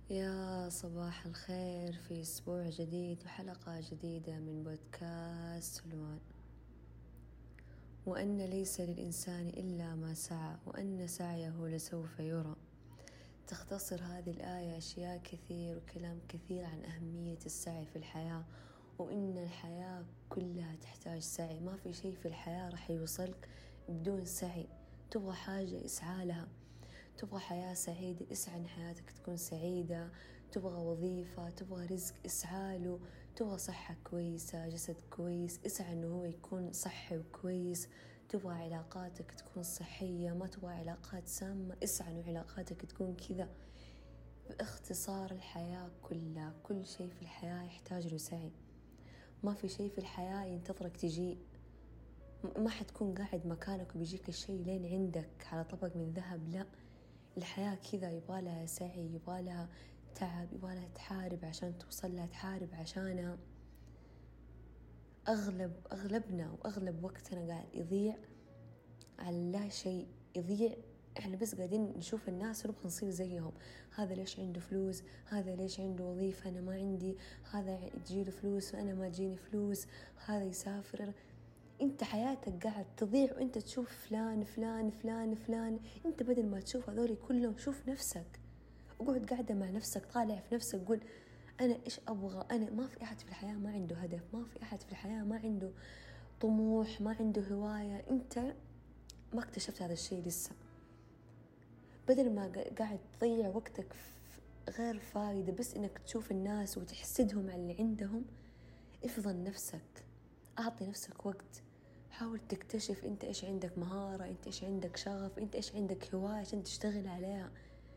يا صباح الخير في أسبوع جديد وحلقة جديدة من بودكاست سلوان. وأن ليس للإنسان إلا ما سعى وأن سعيه لسوف يرى. تختصر هذه الآية أشياء كثير وكلام كثير عن أهمية السعي في الحياة، وإن الحياة كلها تحتاج سعي. ما في شيء في الحياة رح يوصلك بدون سعي. تبغى حاجة اسعى لها، تبغى حياة سعيدة اسعى ان حياتك تكون سعيدة، تبغى وظيفة، تبغى رزق اسعى له، تبغى صحة كويسة، جسد كويس اسعى انه هو يكون صحي وكويس، تبغى علاقاتك تكون صحية، ما تبغى علاقات سامة اسعى انه علاقاتك تكون كذا. باختصار الحياة كلها، كل شيء في الحياة يحتاج له سعي. ما في شيء في الحياة ينتظرك تجي، ما حتكون قاعد مكانك وبيجيك الشيء لين عندك على طبق من ذهب. لا، الحياة كذا يبغالها سعي، يبغالها تعب، يبغالها تحارب عشان توصل لها، تحارب عشانها. أغلبنا وأغلب وقتنا قاعد يضيع على لا شيء، يضيع. احنا بس قاعدين نشوف الناس ونبغى نصير زيهم. هذا ليش عنده فلوس، هذا ليش عنده وظيفة أنا ما عندي، هذا تجيله فلوس وأنا ما تجيني فلوس، هذا يسافر. انت حياتك قاعد تضيع وانت تشوف فلان فلان فلان فلان. انت بدل ما تشوف هذول كلهم شوف نفسك، اقعد قاعدة مع نفسك، طالع في نفسك، قول انا ايش ابغى. انا ما في احد في الحياة ما عنده هدف، ما في احد في الحياة ما عنده طموح، ما عنده هواية. انت ما اكتشفت هذا الشيء لسه. بدل ما قاعد تضيع وقتك في غير فايدة بس انك تشوف الناس وتحسدهم على اللي عندهم، افضل نفسك، اعطي نفسك وقت، حاول تكتشف انت ايش عندك مهارة، انت ايش عندك شغف، انت ايش عندك هواية عشان تشتغل عليها.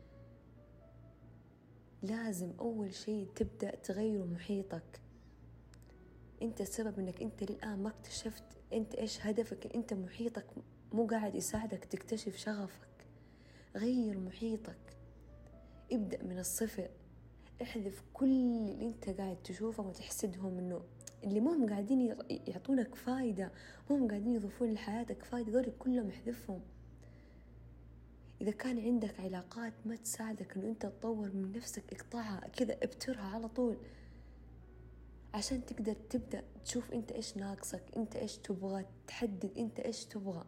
لازم اول شيء تبدأ تغير محيطك. انت السبب انك انت للآن ما اكتشفت انت ايش هدفك. انت محيطك مو قاعد يساعدك تكتشف شغفك. غير محيطك، ابدأ من الصفر. احذف كل اللي انت قاعد تشوفه وتحسدهم انه اللي مهم قاعدين يعطونك فايدة، مهم قاعدين يضيفون لحياتك فايدة، دول كلهم احذفهم. إذا كان عندك علاقات ما تساعدك إنه أنت تطور من نفسك، اقطعها كذا، ابترها على طول، عشان تقدر تبدأ تشوف أنت إيش ناقصك، أنت إيش تبغى، تحدد أنت إيش تبغى.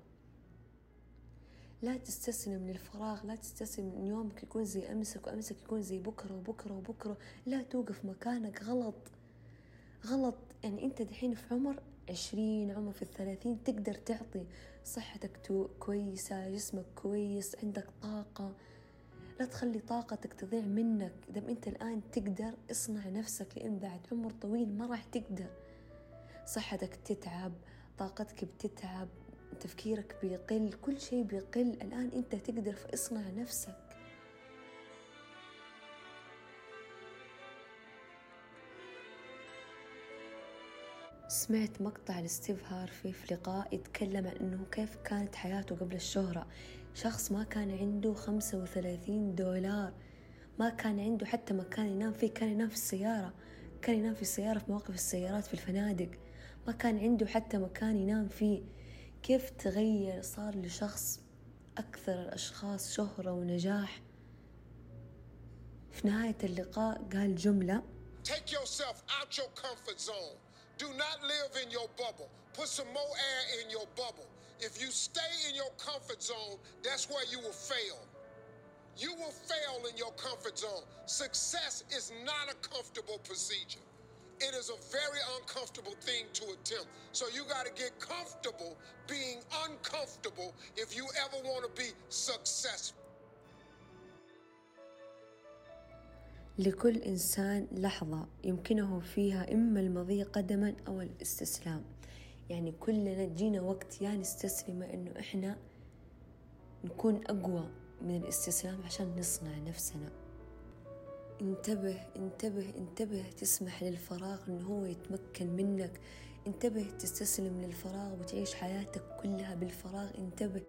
لا تستسلم للفراغ، لا تستسلم إن يومك يكون زي أمسك وأمسك يكون زي بكرة وبكرة وبكرة. لا توقف مكانك، غلط. يعني أنت دحين في عمر 20، عمر في 30، تقدر تعطي. صحتك كويسة، جسمك كويس، عندك طاقة. لا تخلي طاقتك تضيع منك. دام أنت الآن تقدر، اصنع نفسك، لأن بعد عمر طويل ما راح تقدر. صحتك تتعب، طاقتك بتتعب، تفكيرك بيقل، كل شيء بيقل. الآن أنت تقدر، فاصنع نفسك. سمعت مقطع لستيف هارفي في لقاء يتكلم عن أنه كيف كانت حياته قبل الشهرة. شخص ما كان عنده 35 دولار، ما كان عنده حتى مكان ينام فيه، كان ينام في السيارة، كان ينام في السيارة في مواقف السيارات في الفنادق، ما كان عنده حتى مكان ينام فيه. كيف تغير، صار لشخص أكثر الأشخاص شهرة ونجاح. في نهاية اللقاء قال جملة: Take yourself out your comfort zone. Do not live in your bubble. Put some more air in your bubble. If you stay in your comfort zone, that's where you will fail. You will fail in your comfort zone. Success is not a comfortable procedure. It is a very uncomfortable thing to attempt. So you got to get comfortable being uncomfortable if you ever want to be successful. لكل إنسان لحظة يمكنه فيها إما المضي قدما أو الاستسلام. يعني كلنا جينا وقت يا نستسلم إنه إحنا نكون أقوى من الاستسلام عشان نصنع نفسنا. انتبه انتبه انتبه، تسمح للفراغ إنه هو يتمكن منك. انتبه تستسلم للفراغ وتعيش حياتك كلها بالفراغ. انتبه،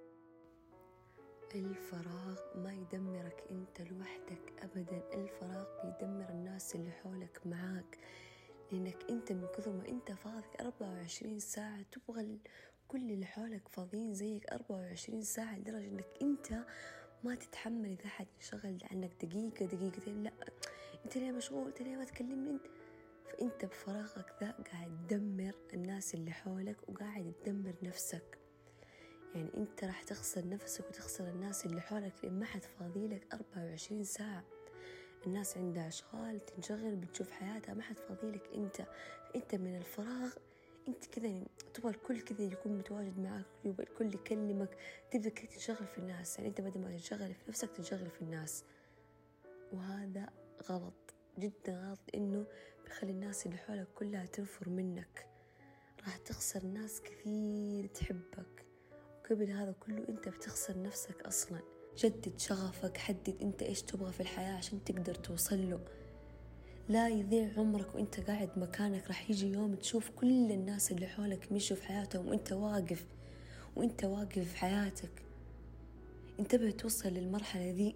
الفراغ ما يدمرك انت لوحدك ابدا، الفراغ بيدمر الناس اللي حولك معاك. لانك انت من كثر ما انت فاضي 24 ساعة تبغى كل اللي حولك فاضيين زيك 24 ساعة، لدرجة انك انت ما تتحمل اذا حد شغل عنك دقيقة دقيقتين. لا، انت ليه مشغول، انت ليه ما تكلمني انت. فانت بفراغك ذا قاعد تدمر الناس اللي حولك وقاعد تدمر نفسك. يعني انت راح تخسر نفسك وتخسر الناس اللي حولك، لان ما حد فاضيلك 24 ساعة. الناس عندها أشغال، تنشغل، بتشوف حياتها، ما حد فاضيلك انت من الفراغ. انت كذا تبغى الكل كذا يكون متواجد معك، يبغى الكل يكلمك، تبدأ كذا تنشغل في الناس. يعني انت بدل ما تنشغل في نفسك تنشغل في الناس، وهذا غلط جدا غلط، انه بيخلي الناس اللي حولك كلها تنفر منك. راح تخسر ناس كثير تحبك، وقبل هذا كله انت بتخسر نفسك اصلا. جدد شغفك، حدد انت ايش تبغى في الحياة عشان تقدر توصل له. لا يضيع عمرك وانت قاعد مكانك. راح يجي يوم تشوف كل الناس اللي حولك مشوا في حياتهم وانت واقف في حياتك. انتبه توصل للمرحلة ذي،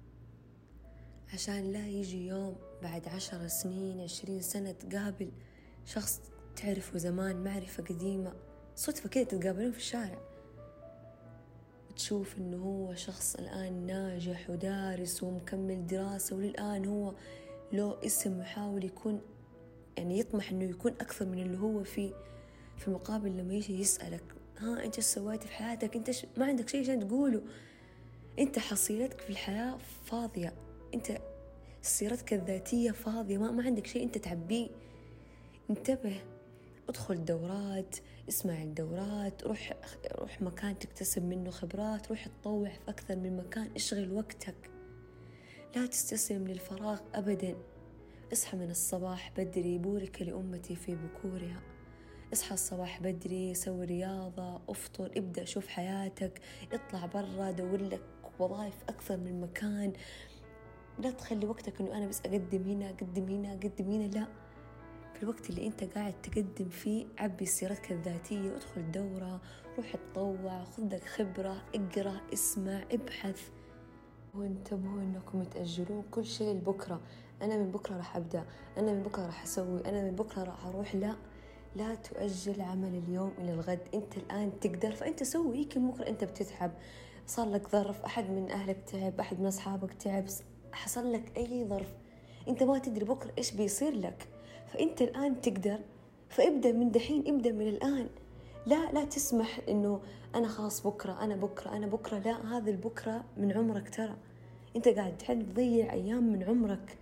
عشان لا يجي يوم بعد 10 سنين 20 سنة تقابل شخص تعرفه زمان معرفة قديمة صدفة كده، تتقابلون في الشارع وتشوف انه هو شخص الآن ناجح ودارس ومكمل دراسة، وللآن هو له اسم ويحاول يكون، يعني يطمح انه يكون اكثر من اللي هو فيه. في المقابل لما يجي يسألك ها انت ايش سويتي في حياتك، انت ما عندك شيء عشان تقوله. انت حصيلتك في الحياة فاضية، انت سيرتك الذاتية فاضية، ما عندك شيء انت تعبيه. انتبه، ادخل دورات، اسمع الدورات، روح مكان تكتسب منه خبرات، روح تطوع في أكثر من مكان، اشغل وقتك. لا تستسلم للفراغ أبدا. اصحى من الصباح بدري، بورك لأمتي في بكورها. اصحى الصباح بدري، سوي رياضة، افطر، ابدأ شوف حياتك، اطلع برا، دور لك وظائف أكثر من مكان. لا تخلي وقتك انه انا بس اقدم هنا اقدم هنا اقدم هنا، لا. في الوقت اللي انت قاعد تقدم فيه عبي سيرتك الذاتية، ادخل دورة، روح تطوع، خذ لك خبرة، اقرأ، اسمع، ابحث. وانتبهوا انكم تأجلون كل شيء لبكرة. انا من بكرة راح ابدأ، انا من بكرة راح اسوي، انا من بكرة راح اروح. لا تؤجل عمل اليوم الى الغد. انت الان تقدر فانت سوي. يمكن بكرة انت بتتعب، صار لك ظرف، احد من اهلك تعب، احد من اصحابك تعب، حصل لك اي ظرف، انت ما تدري بكرة ايش بيصير لك. فانت الان تقدر، فابدأ من دحين، ابدأ من الان. لا تسمح انه انا خلاص بكرة، انا بكرة. لا، هذا البكرة من عمرك ترى. انت قاعد تضيع ايام من عمرك.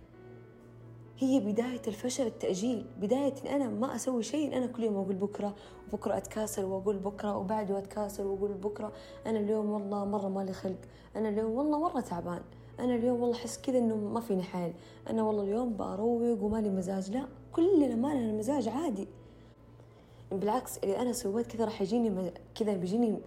هي بداية الفشل التأجيل، بداية إن أنا ما أسوي شيء. أنا كل يوم أقول بكرة، وبكرة أتكاسل وأقول بكرة، وبعده أتكاسل وأقول بكرة. أنا اليوم والله مرة مالي خلق، أنا اليوم والله مرة تعبان، أنا اليوم والله حس كذا إنه ما فيني حال، أنا والله اليوم بروق ومالي مزاج. لا، كلنا ما لنا مزاج، عادي. بالعكس، إذا أنا سويت كذا راح يجيني كذا، بيجيني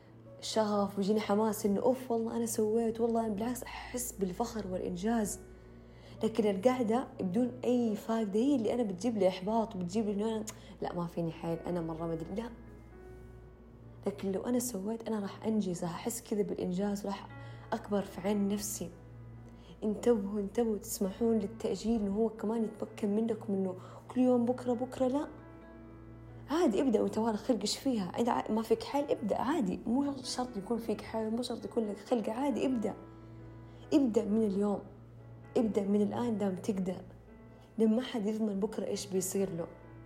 شغف ويجيني حماس إنه أوف والله أنا سويت، والله بالعكس أحس بالفخر والإنجاز. لكن القعدة بدون أي فائدة هي اللي أنا بتجيب لي إحباط، وبتجيب لي إنه أنا لا ما فيني حيل، أنا مرة ما أدري. لا، لكن لو أنا سويت أنا راح أنجز، راح أحس كذا بالإنجاز، وراح أكبر في عين نفسي. انتبهوا تسمحون للتأجيل إنه هو كمان يتمكن منكم إنه كل يوم بكرة. لا، عادي، ابدأ وانت ولا خلق ايش فيها. إذا ما فيك حال ابدأ عادي، مو شرط يكون فيك حال، مو شرط يكون لك خلق، عادي. ابدأ من اليوم، ابدأ من الآن دام تقدر، لما ما حد يضمن بكرة إيش بيصير له.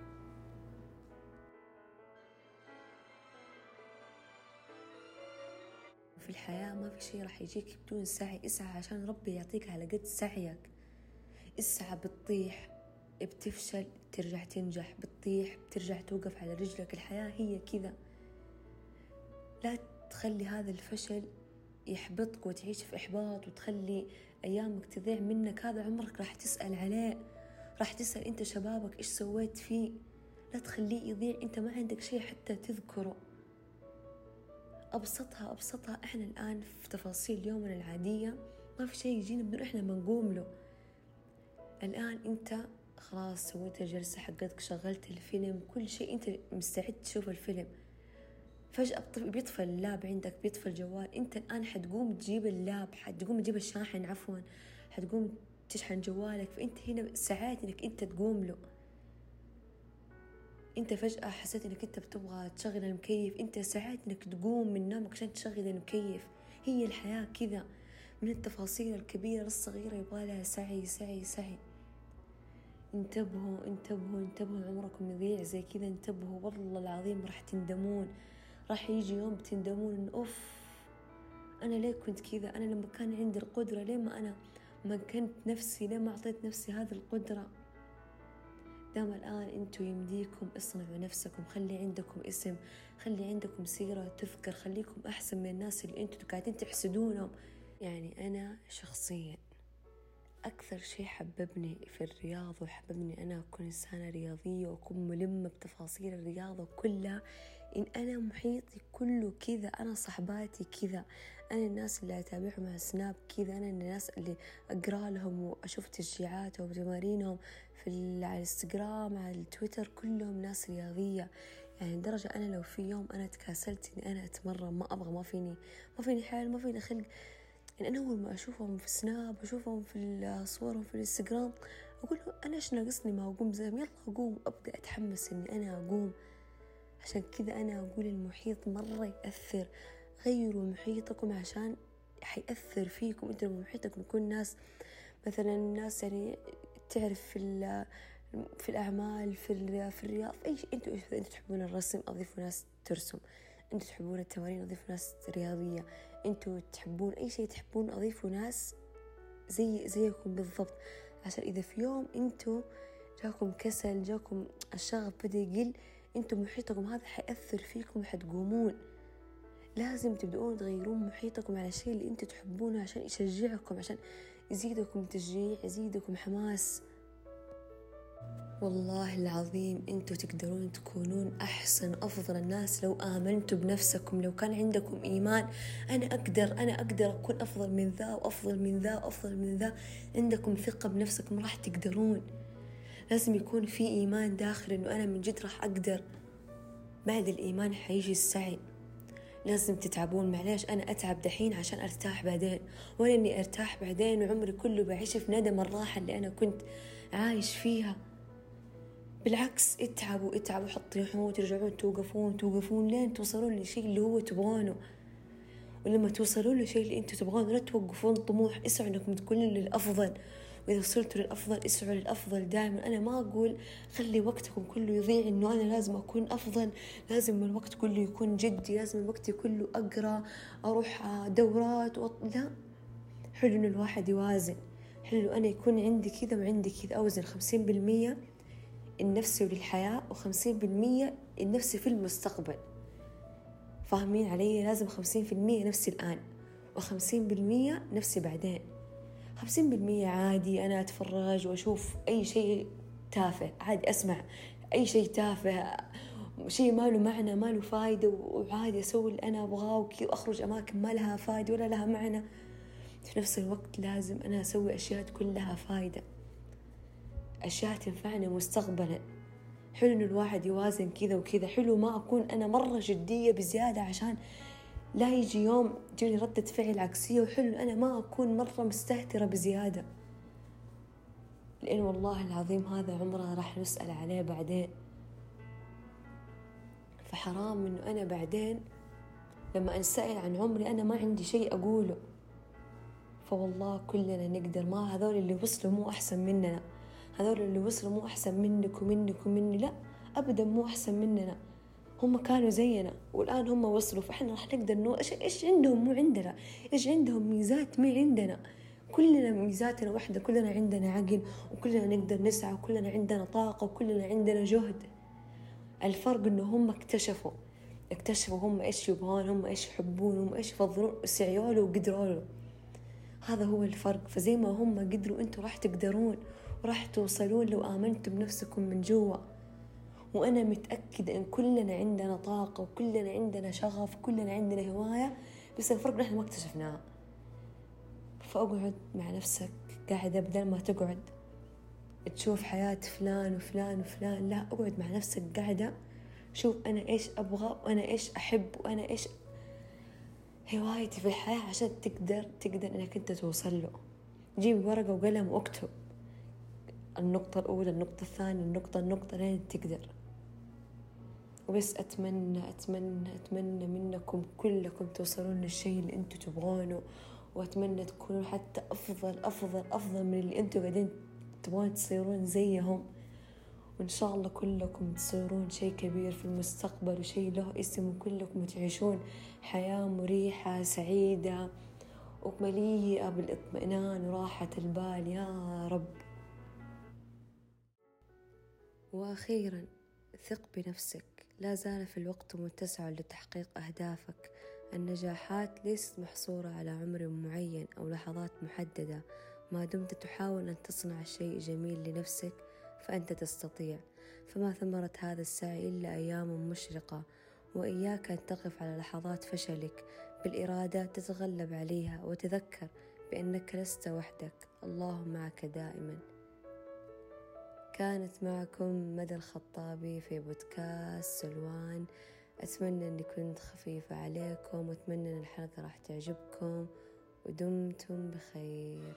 في الحياة ما في شيء راح يجيك بدون سعي. اسعى عشان ربي يعطيك على قد سعيك. اسعى، بتطيح بتفشل، ترجع تنجح، بتطيح بترجع توقف على رجلك. الحياة هي كذا. لا تخلي هذا الفشل يحبطك وتعيش في إحباط وتخلي أيامك تضيع منك. هذا عمرك راح تسأل عليه، راح تسأل أنت شبابك إيش سويت فيه. لا تخليه يضيع، أنت ما عندك شيء حتى تذكره. أبسطها إحنا الآن في تفاصيل يومنا العادية ما في شيء يجينا بدون إحنا ما نقوم له. الآن أنت خلاص سويت الجلسة حقتك، شغلت الفيلم، كل شيء أنت مستعد تشوف الفيلم. فجأة بيطفى اللاب عندك، بيطفى الجوال. أنت الآن حتقوم تجيب اللاب، حتقوم تجيب الشاحن، حتقوم تشحن جوالك. فأنت هنا ساعات إنك أنت تقوم له. أنت فجأة حسيت إنك أنت بتبغى تشغل المكيف، أنت ساعات إنك تقوم من نومك عشان تشغل المكيف. هي الحياة كذا، من التفاصيل الكبيرة للصغيرة يبغى لها سعي. انتبهوا انتبهوا انتبهوا، عمركم يضيع زي كذا. انتبهوا والله العظيم راح تندمون، راح يجي يوم تندمون إن أوف أنا ليه كنت كذا، أنا لما كان عندي القدرة ليه ما أنا مكنت نفسي، ليه ما أعطيت نفسي هذه القدرة. دام الآن أنتوا يمديكم اصنعوا نفسكم، خلي عندكم اسم، خلي عندكم سيرة تذكر، خليكم أحسن من الناس اللي أنتوا قاعدين تحسدونهم. يعني أنا شخصيا أكثر شيء حببني في الرياضة وحببني أنا أكون إنسانة رياضية وأكون ملمة بتفاصيل الرياضة كلها، إن أنا محيطي كله كذا، أنا صحباتي كذا، أنا الناس اللي أتابعهم على سناب كذا، أنا الناس اللي أقرأ لهم وأشوف تشجيعاتهم وتمارينهم على الانستغرام على التويتر، كلهم ناس رياضية. يعني لدرجة أنا لو في يوم أنا تكاسلت إني أنا أتمرن، ما أبغى، ما فيني حال، ما فيني خلق، يعني أنا أول ما أشوفهم في سناب، أشوفهم في صورهم في الانستغرام، أقول أنا إيش ناقصني ما أقوم زيهم، يلا أقوم، أبدأ أتحمس إني أنا أقوم. عشان كذا أنا أقول المحيط مرة يأثر، غيروا محيطكم عشان حيأثر فيكم. أنتوا محيطكم يكون ناس مثلا ناس يعني تعرف في الأعمال، في الرياضة، في أي شيء. أنتوا تحبون الرسم، أضيفوا ناس ترسم. أنتوا تحبون التمارين، أضيفوا ناس رياضية. أنتوا تحبون أي شيء تحبون، أضيفوا ناس زيكم بالضبط. عشان إذا في يوم أنتوا جاكم كسل، جاكم الشغف بدأ يقل، أنتوا محيطكم هذا حيأثر فيكم وحتقومون. لازم تبدأون تغيرون محيطكم على الشيء اللي أنتوا تحبونه عشان يشجعكم، عشان يزيدكم تشجيع، يزيدكم حماس. والله العظيم أنتوا تقدرون تكونون أحسن أفضل الناس لو آمنتوا بنفسكم، لو كان عندكم إيمان أنا أقدر أكون أفضل من ذا وأفضل من ذا وأفضل من ذا. عندكم ثقة بنفسكم راح تقدرون. لازم يكون في إيمان داخل إنه أنا من جد راح أقدر. بعد الإيمان حيجي السعي. لازم تتعبون، معليش أنا أتعب دحين عشان أرتاح بعدين، ولا إني أرتاح بعدين وعمري كله بعيش في ندم الراحة اللي أنا كنت عايش فيها. بالعكس اتعبوا حطيحون، ترجعون توقفون لين توصلون للشيء اللي هو تبغونه. ولما توصلون للشيء اللي انتوا تبغونه لا توقفون طموح، اسعوا انكم تكونوا للأفضل. وإذا وصلتوا للأفضل اسعوا للأفضل دائما. أنا ما أقول خلي وقتكم كله يضيع إنه أنا لازم أكون أفضل، لازم الوقت كله يكون جدي، لازم الوقت كله أقرأ، أروح دورات لا. حلو إنه الواحد يوازن، حلو أنا يكون عندي كذا وعندي كذا، أوزن 50% النفسي وللحياة و50% النفسي في المستقبل. فاهمين علي؟ لازم 50% نفسي الآن و50% نفسي بعدين. 50% عادي أنا أتفرج وأشوف أي شيء تافه، عادي أسمع أي شيء تافه، شيء ما له معنى ما له فايدة، وعادي أسوي اللي أنا أبغاه وأخرج أماكن ما لها فايدة ولا لها معنى. في نفس الوقت لازم أنا أسوي أشياء تكون لها فايدة، أشياء تنفعني مستقبلا. حلو إنه الواحد يوازن كذا وكذا. حلو ما أكون أنا مرة جدية بزيادة عشان لا يجي يوم تجيني ردة فعل عكسية. وحلو أنا ما أكون مرة مستهترة بزيادة، لأن والله العظيم هذا عمره راح نسأل عليه بعدين. فحرام إنه أنا بعدين لما أنسأل عن عمري أنا ما عندي شيء أقوله. فوالله كلنا نقدر. ما هذول اللي وصلوا مو أحسن مننا، هذول اللي وصلوا مو أحسن منك ومني، لا أبدا مو أحسن مننا. هم كانوا زينا والآن هم وصلوا، فإحنا راح نقدر إيش عندهم مو عندنا، إيش عندهم ميزات ما عندنا. كلنا ميزاتنا واحدة، كلنا عندنا عقل وكلنا نقدر نسعى وكلنا عندنا طاقة وكلنا عندنا جهد. الفرق إنه هم اكتشفوا هم إيش يبغون، هم إيش يحبون، هم إيش يفضلون، سعيوا له وقدروا له. هذا هو الفرق. فزي ما هم قدروا أنتوا راح تقدرون وراح توصلون لو آمنتوا بنفسكم من جوا. وأنا متأكدة إن كلنا عندنا طاقة وكلنا عندنا شغف وكلنا عندنا هواية، بس الفرق نحن ما اكتشفناها. فأقعد مع نفسك قاعدة، بدل ما تقعد تشوف حياة فلان وفلان وفلان، لا أقعد مع نفسك قاعدة شوف أنا إيش أبغى وأنا إيش أحب وأنا إيش هوايتي في الحياة، عشان تقدر إنك أنت توصل له. جيب ورقة وقلم واكتب النقطة الأولى، النقطة الثانية، النقطة لين تقدر. وبس أتمنى منكم كلكم توصلون للشيء اللي أنتوا تبغونه، وأتمنى تكونوا حتى أفضل من اللي أنتوا قاعدين تبغون تصيرون زيهم، وإن شاء الله كلكم تصيرون شيء كبير في المستقبل وشيء له اسم، وكلكم تعيشون حياة مريحة سعيدة ومليئة بالاطمئنان وراحة البال يا رب. وأخيرا ثق بنفسك، لا زال في الوقت متسع لتحقيق أهدافك. النجاحات ليست محصورة على عمر معين أو لحظات محددة، ما دمت تحاول أن تصنع شيء جميل لنفسك فأنت تستطيع. فما ثمرة هذا السعي إلا أيام مشرقة، وإياك أن تقف على لحظات فشلك، بالإرادة تتغلب عليها، وتذكر بأنك لست وحدك، الله معك دائما. كانت معكم مدى الخطابي في بودكاست سلوان. أتمنى أني كنت خفيفة عليكم، وأتمنى أن الحلقة راح تعجبكم، ودمتم بخير.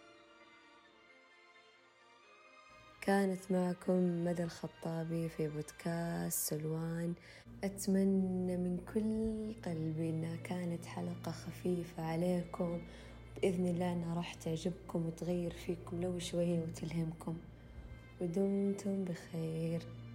كانت معكم مدى الخطابي في بودكاست سلوان. أتمنى من كل قلبي أنها كانت حلقة خفيفة عليكم، بإذن الله أنها راح تعجبكم وتغير فيكم لو شوية وتلهمكم، ودمتم بخير.